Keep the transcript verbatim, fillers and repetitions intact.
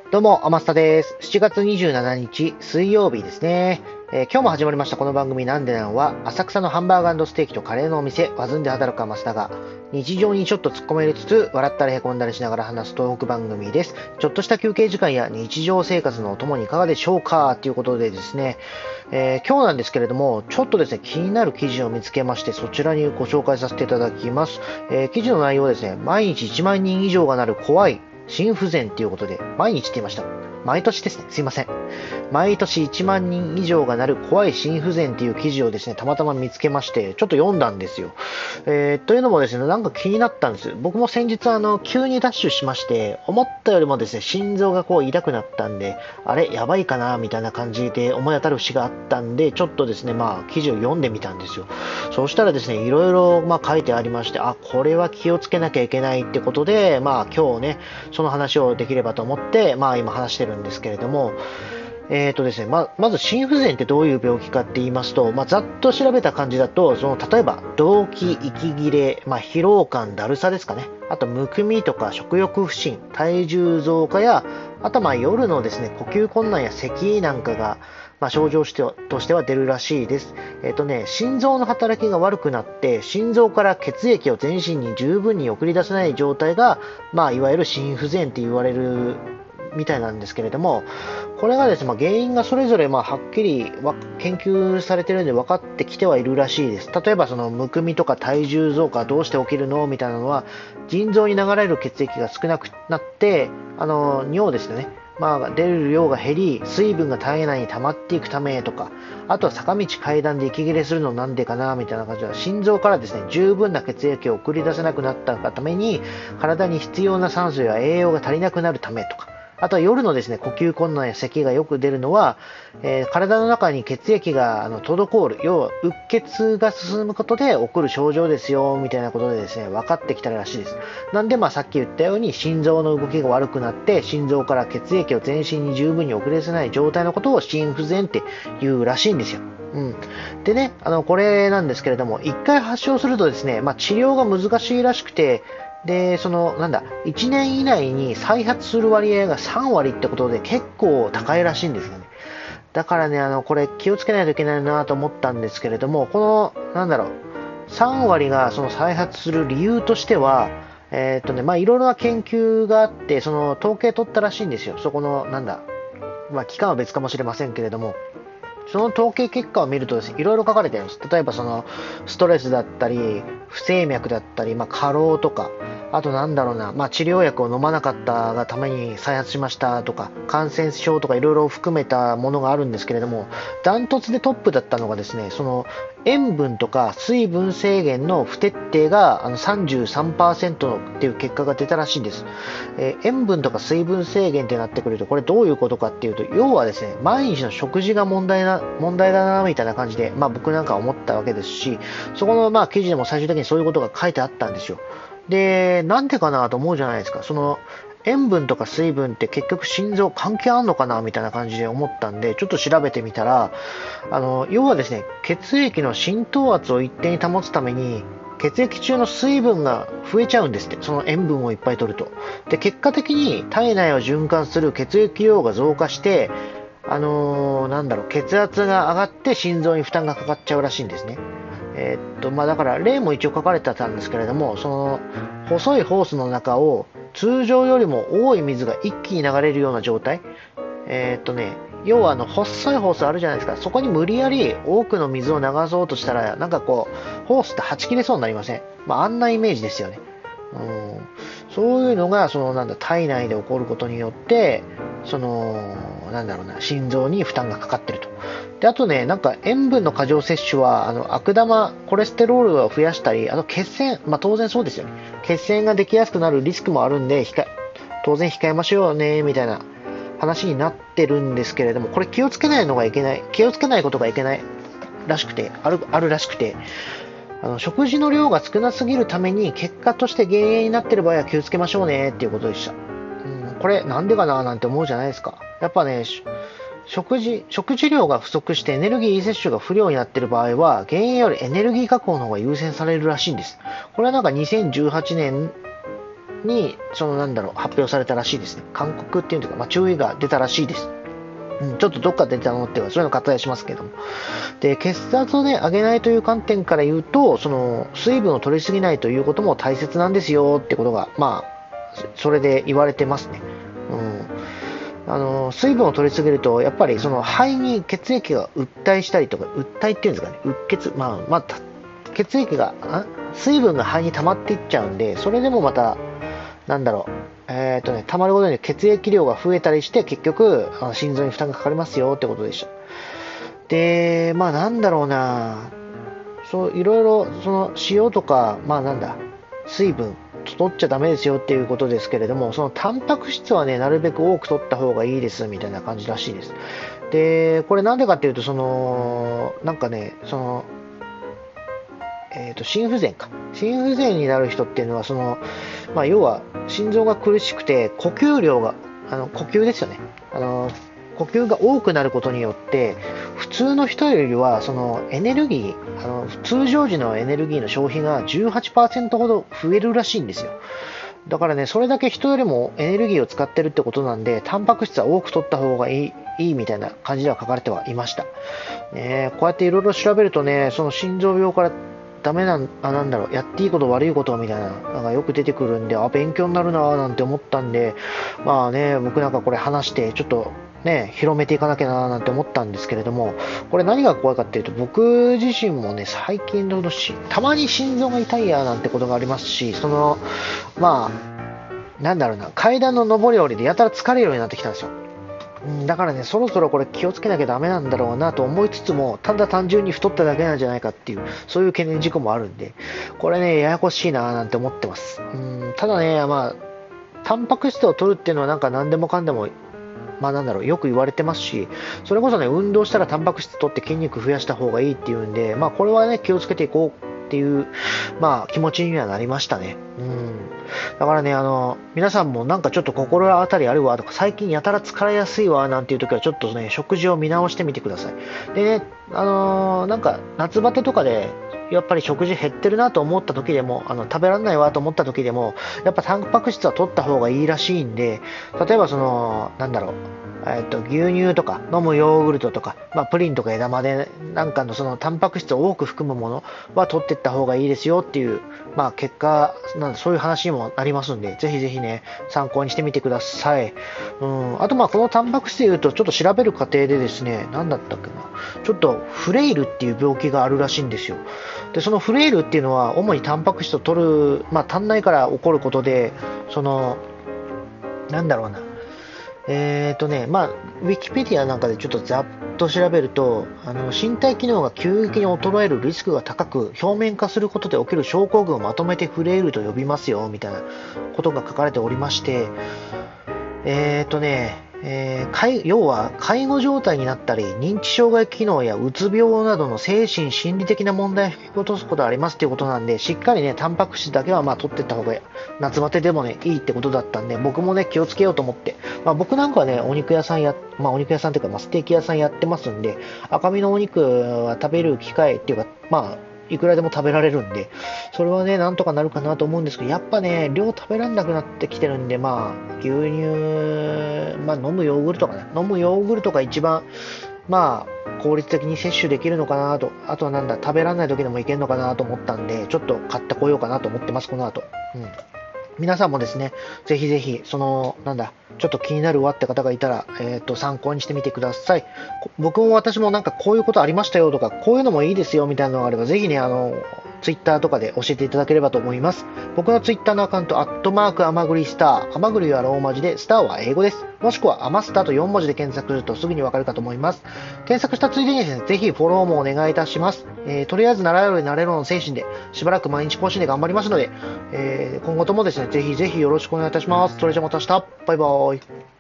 どうも、天下です。しちがつにじゅうしちにち水曜日ですね。えー今日も始まりましたこの番組なんでなんは、浅草のハンバーガーステーキとカレーのお店、ワズンで働く天下が、日常にちょっと突っ込めつつ、笑ったりへこんだりしながら話すトーク番組です。ちょっとした休憩時間や日常生活のお供にいかがでしょうかということでですね、えー今日なんですけれども、ちょっとですね、気になる記事を見つけまして、そちらにご紹介させていただきます。えー記事の内容はですね、毎日いちまん人以上がなる怖い心不全ということで、毎日って言いました。毎年ですね、すいません。毎年いちまん人以上がなる怖い心不全っていう記事をですね、たまたま見つけまして、ちょっと読んだんですよ。えーというのもですね、なんか気になったんです。僕も先日、あの、急にダッシュしまして、思ったよりもですね、心臓がこう痛くなったんで、あれ、やばいかな、みたいな感じで思い当たる節があったんで、ちょっとですね、まあ、記事を読んでみたんですよ。そうしたらですね、いろいろ、まあ、書いてありまして、あ、これは気をつけなきゃいけないってことで、まあ、今日ね、その話をできればと思って、まあ、今話してるんですけれども、えーとですね、ままず心不全ってどういう病気かって言いますと、まあ、ざっと調べた感じだと、その例えば動悸、息切れ、まあ、疲労感、だるさですかね、あとむくみとか食欲不振、体重増加や、あとはまあ夜のですね呼吸困難や咳なんかが、まあ、症状してはとしては出るらしいです。えっ、とね、心臓の働きが悪くなって、心臓から血液を全身に十分に送り出せない状態が、まあ、いわゆる心不全って言われるみたいなんですけれども、これがですね、まあ、原因がそれぞれまあはっきりわ研究されているので分かってきてはいるらしいです。例えばそのむくみとか体重増加どうして起きるのみたいなのは、腎臓に流れる血液が少なくなって、あの尿ですね、まあ、出る量が減り、水分が体内に溜まっていくためとか、あとは坂道階段で息切れするのなんでかなみたいな感じで、心臓からですね十分な血液を送り出せなくなったがために、体に必要な酸素や栄養が足りなくなるためとか、あとは夜のですね呼吸困難や咳がよく出るのは、えー体の中に血液があの滞る、要はうっ血が進むことで起こる症状ですよみたいなことでですね分かってきたらしいです。なんで、まあ、さっき言ったように心臓の動きが悪くなって、心臓から血液を全身に十分に送り出せない状態のことを心不全っていうらしいんですよ。うん、でね、あのこれなんですけれども、いっかい発症するとですね、まあ、治療が難しいらしくて、で、その、なんだ、いちねん以内に再発する割合がさんわりってことで結構高いらしいんですよね。だからね、あの、これ気をつけないといけないなと思ったんですけれども、この、なんだろう、さんわりがその再発する理由としては、えーっとね、まあ、いろいろな研究があって、その統計取ったらしいんですよ。そこの、なんだ、まあ、期間は別かもしれませんけれども、その統計結果を見るとですね、いろいろ書かれてるんです。例えばそのストレスだったり、不整脈だったり、まあ、過労とか、あとなんだろうな、まあ、治療薬を飲まなかったがために再発しましたとか、感染症とかいろいろ含めたものがあるんですけれども、ダントツでトップだったのがですね、その塩分とか水分制限の不徹底があのさんじゅうさんパーセントっていう結果が出たらしいんです。えー塩分とか水分制限ってなってくると、これどういうことかっていうと、要はですね、毎日の食事が問題な、問題だな、みたいな感じで、まあ僕なんかは思ったわけですし、そこのまあ記事でも最終的にそういうことが書いてあったんですよ。で、なんでかなと思うじゃないですか。その、塩分とか水分って結局心臓関係あんのかなみたいな感じで思ったんで、ちょっと調べてみたら、あの、要はですね、血液の浸透圧を一定に保つために、血液中の水分が増えちゃうんですって、その塩分をいっぱい取ると。で、結果的に体内を循環する血液量が増加して、あのーなんだろう、血圧が上がって心臓に負担がかかっちゃうらしいんですね。えーっと、まあだから例も一応書かれてたんですけれども、その細いホースの中を通常よりも多い水が一気に流れるような状態。えーっとね、要はあの細いホースあるじゃないですか。そこに無理やり多くの水を流そうとしたら、なんかこう、ホースってはち切れそうになりません？まああんなイメージですよね。うん、そういうのがそのなんだ体内で起こることによって、そのなんだろうな、心臓に負担がかかっていると。で、あとね、なんか塩分の過剰摂取はあの悪玉コレステロールを増やしたり、あと血栓、まあ当然そうですよね、血栓ができやすくなるリスクもあるんで、控え当然控えましょうねみたいな話になってるんですけれども、これ気をつけないのがいけない、気をつけないことがいけないらしくて、あるあるらしくて、あの食事の量が少なすぎるために結果として減塩になっている場合は気をつけましょうねっていうことでした。うん、これなんでかななんて思うじゃないですか。やっぱね、食事食事量が不足してエネルギー摂取が不良になっている場合は、減塩よりエネルギー確保の方が優先されるらしいんです。これはなんかにせんじゅうはちねんに、そのなんだろう、発表されたらしいですね。勧告っていうか、まあ、注意が出たらしいです。うん、ちょっとどっかで出たのっては、そういうの割愛しますけども。で、血圧をね、上げないという観点から言うと、その、水分を取りすぎないということも大切なんですよってことが、まあ、それで言われてますね。うん。あの、水分を取りすぎると、やっぱりその肺に血液が鬱滞したりとか、鬱滞っていうんですかね、鬱血、まあ、まあ、血液が、あ水分が肺に溜まっていっちゃうんで、それでもまた、なんだろう、えっとね、溜まることに血液量が増えたりして、結局、あの心臓に負担がかかりますよってことでした。で、まあなんだろうな、そう、いろいろ、その塩とか、まあなんだ、水分、取っちゃダメですよっていうことですけれども、そのタンパク質はね、なるべく多く取った方がいいですみたいな感じらしいです。で、これなんでかっていうと、その、なんかね、その、えー、と心不全か心不全になる人っていうのはその、まあ、要は心臓が苦しくて呼吸量があの呼吸ですよねあの呼吸が多くなることによって普通の人よりはそのエネルギーあの通常時のエネルギーの消費がじゅうはちパーセントほど増えるらしいんですよ。だからね、それだけ人よりもエネルギーを使ってるってことなんで、タンパク質は多く取った方がいいいいみたいな感じでは書かれてはいました。ね、こうやっていろいろ調べるとね、その心臓病からダメなん、あ、なんだろう、やっていいこと悪いことみたいなのがよく出てくるんで、あ、勉強になるなぁなんて思ったんで、まあね、僕なんかこれ話して、ちょっとね、広めていかなきゃなぁなんて思ったんですけれども、これ何が怖いかっていうと、僕自身もね、最近のし、たまに心臓が痛いやなんてことがありますし、その、まあ、なんだろうな、階段の上り下りでやたら疲れるようになってきたんですよ。だからね、そろそろこれ気をつけなきゃダメなんだろうなと思いつつも、ただ単純に太っただけなんじゃないかっていう、そういう懸念事項もあるんで、これね、ややこしいななんて思ってます。うんただね、まあ、タンパク質を取るっていうのはなんか何でもかんでも、まあなんだろう、よく言われてますし、それこそね、運動したらタンパク質取って筋肉増やした方がいいっていうんで、まあこれはね、気をつけていこうっていう、まあ気持ちにはなりましたね。うんだからね、あの、皆さんもなんかちょっと心当たりあるわとか、最近やたら疲れやすいわなんていう時はちょっとね、食事を見直してみてください。でね、あのーなんか夏バテとかで、やっぱり食事減ってるなと思った時でも、あの食べられないわと思った時でも、やっぱタンパク質は取った方がいいらしいんで、例えばその、なんだろう、えっと、牛乳とか飲むヨーグルトとか、まあ、プリンとか枝豆なんかのそのタンパク質を多く含むものは取っていった方がいいですよっていう、まあ、結果なんそういう話にもなりますんで、ぜひぜひね参考にしてみてください。うん、あとまあこのタンパク質でいうとちょっと調べる過程でですね、何だったっけな、ちょっとフレイルっていう病気があるらしいんですよ。でそのフレイルっていうのは主にタンパク質を取る、まあ、足んないから起こることで、そのなんだろうなえーとね、まあ、ウィキペディアなんかでちょっとざっと調べると、あの身体機能が急激に衰えるリスクが高く、表面化することで起きる症候群をまとめてフレイルと呼びますよ、みたいなことが書かれておりまして、えーとね、えー介要は介護状態になったり、認知障害機能やうつ病などの精神心理的な問題を引き起こすことがありますということなんで、しっかりね、タンパク質だけはまあ取っていった方が夏バテでもね、いいってことだったんで、僕もね、気をつけようと思って、まあ、僕なんかはね、お肉屋さんや、まあ、お肉屋さんというか、まあ、ステーキ屋さんやってますんで、赤身のお肉は食べる機会っていうか、まあ、いくらでも食べられるんで、それはね、なんとかなるかなと思うんですけど、やっぱね、量食べられなくなってきてるんで、まあ、牛乳、まあ、飲むヨーグルトかな。飲むヨーグルトが一番、まあ、効率的に摂取できるのかなと、あとはなんだ、食べられない時でもいけるのかなと思ったんで、ちょっと買ってこようかなと思ってます、この後。うん。皆さんもですね、ぜひぜひ、その、なんだ、ちょっと気になるわって方がいたら、えっと、参考にしてみてください。僕も私もなんかこういうことありましたよとか、こういうのもいいですよみたいなのがあれば、ぜひね、あの、ツイッターとかで教えていただければと思います。僕のツイッターのアカウント、アットマークアマグリスター。アマグリはローマ字で、スターは英語です。もしくはアマスターとよん文字で検索するとすぐにわかるかと思います。検索したついでにですね、ぜひフォローもお願いいたします。えー、とりあえず習えるようになれるの精神で、しばらく毎日更新で頑張りますので、えー、今後ともですね、ぜひぜひよろしくお願いいたします。それじゃまた明日。バイバーイ。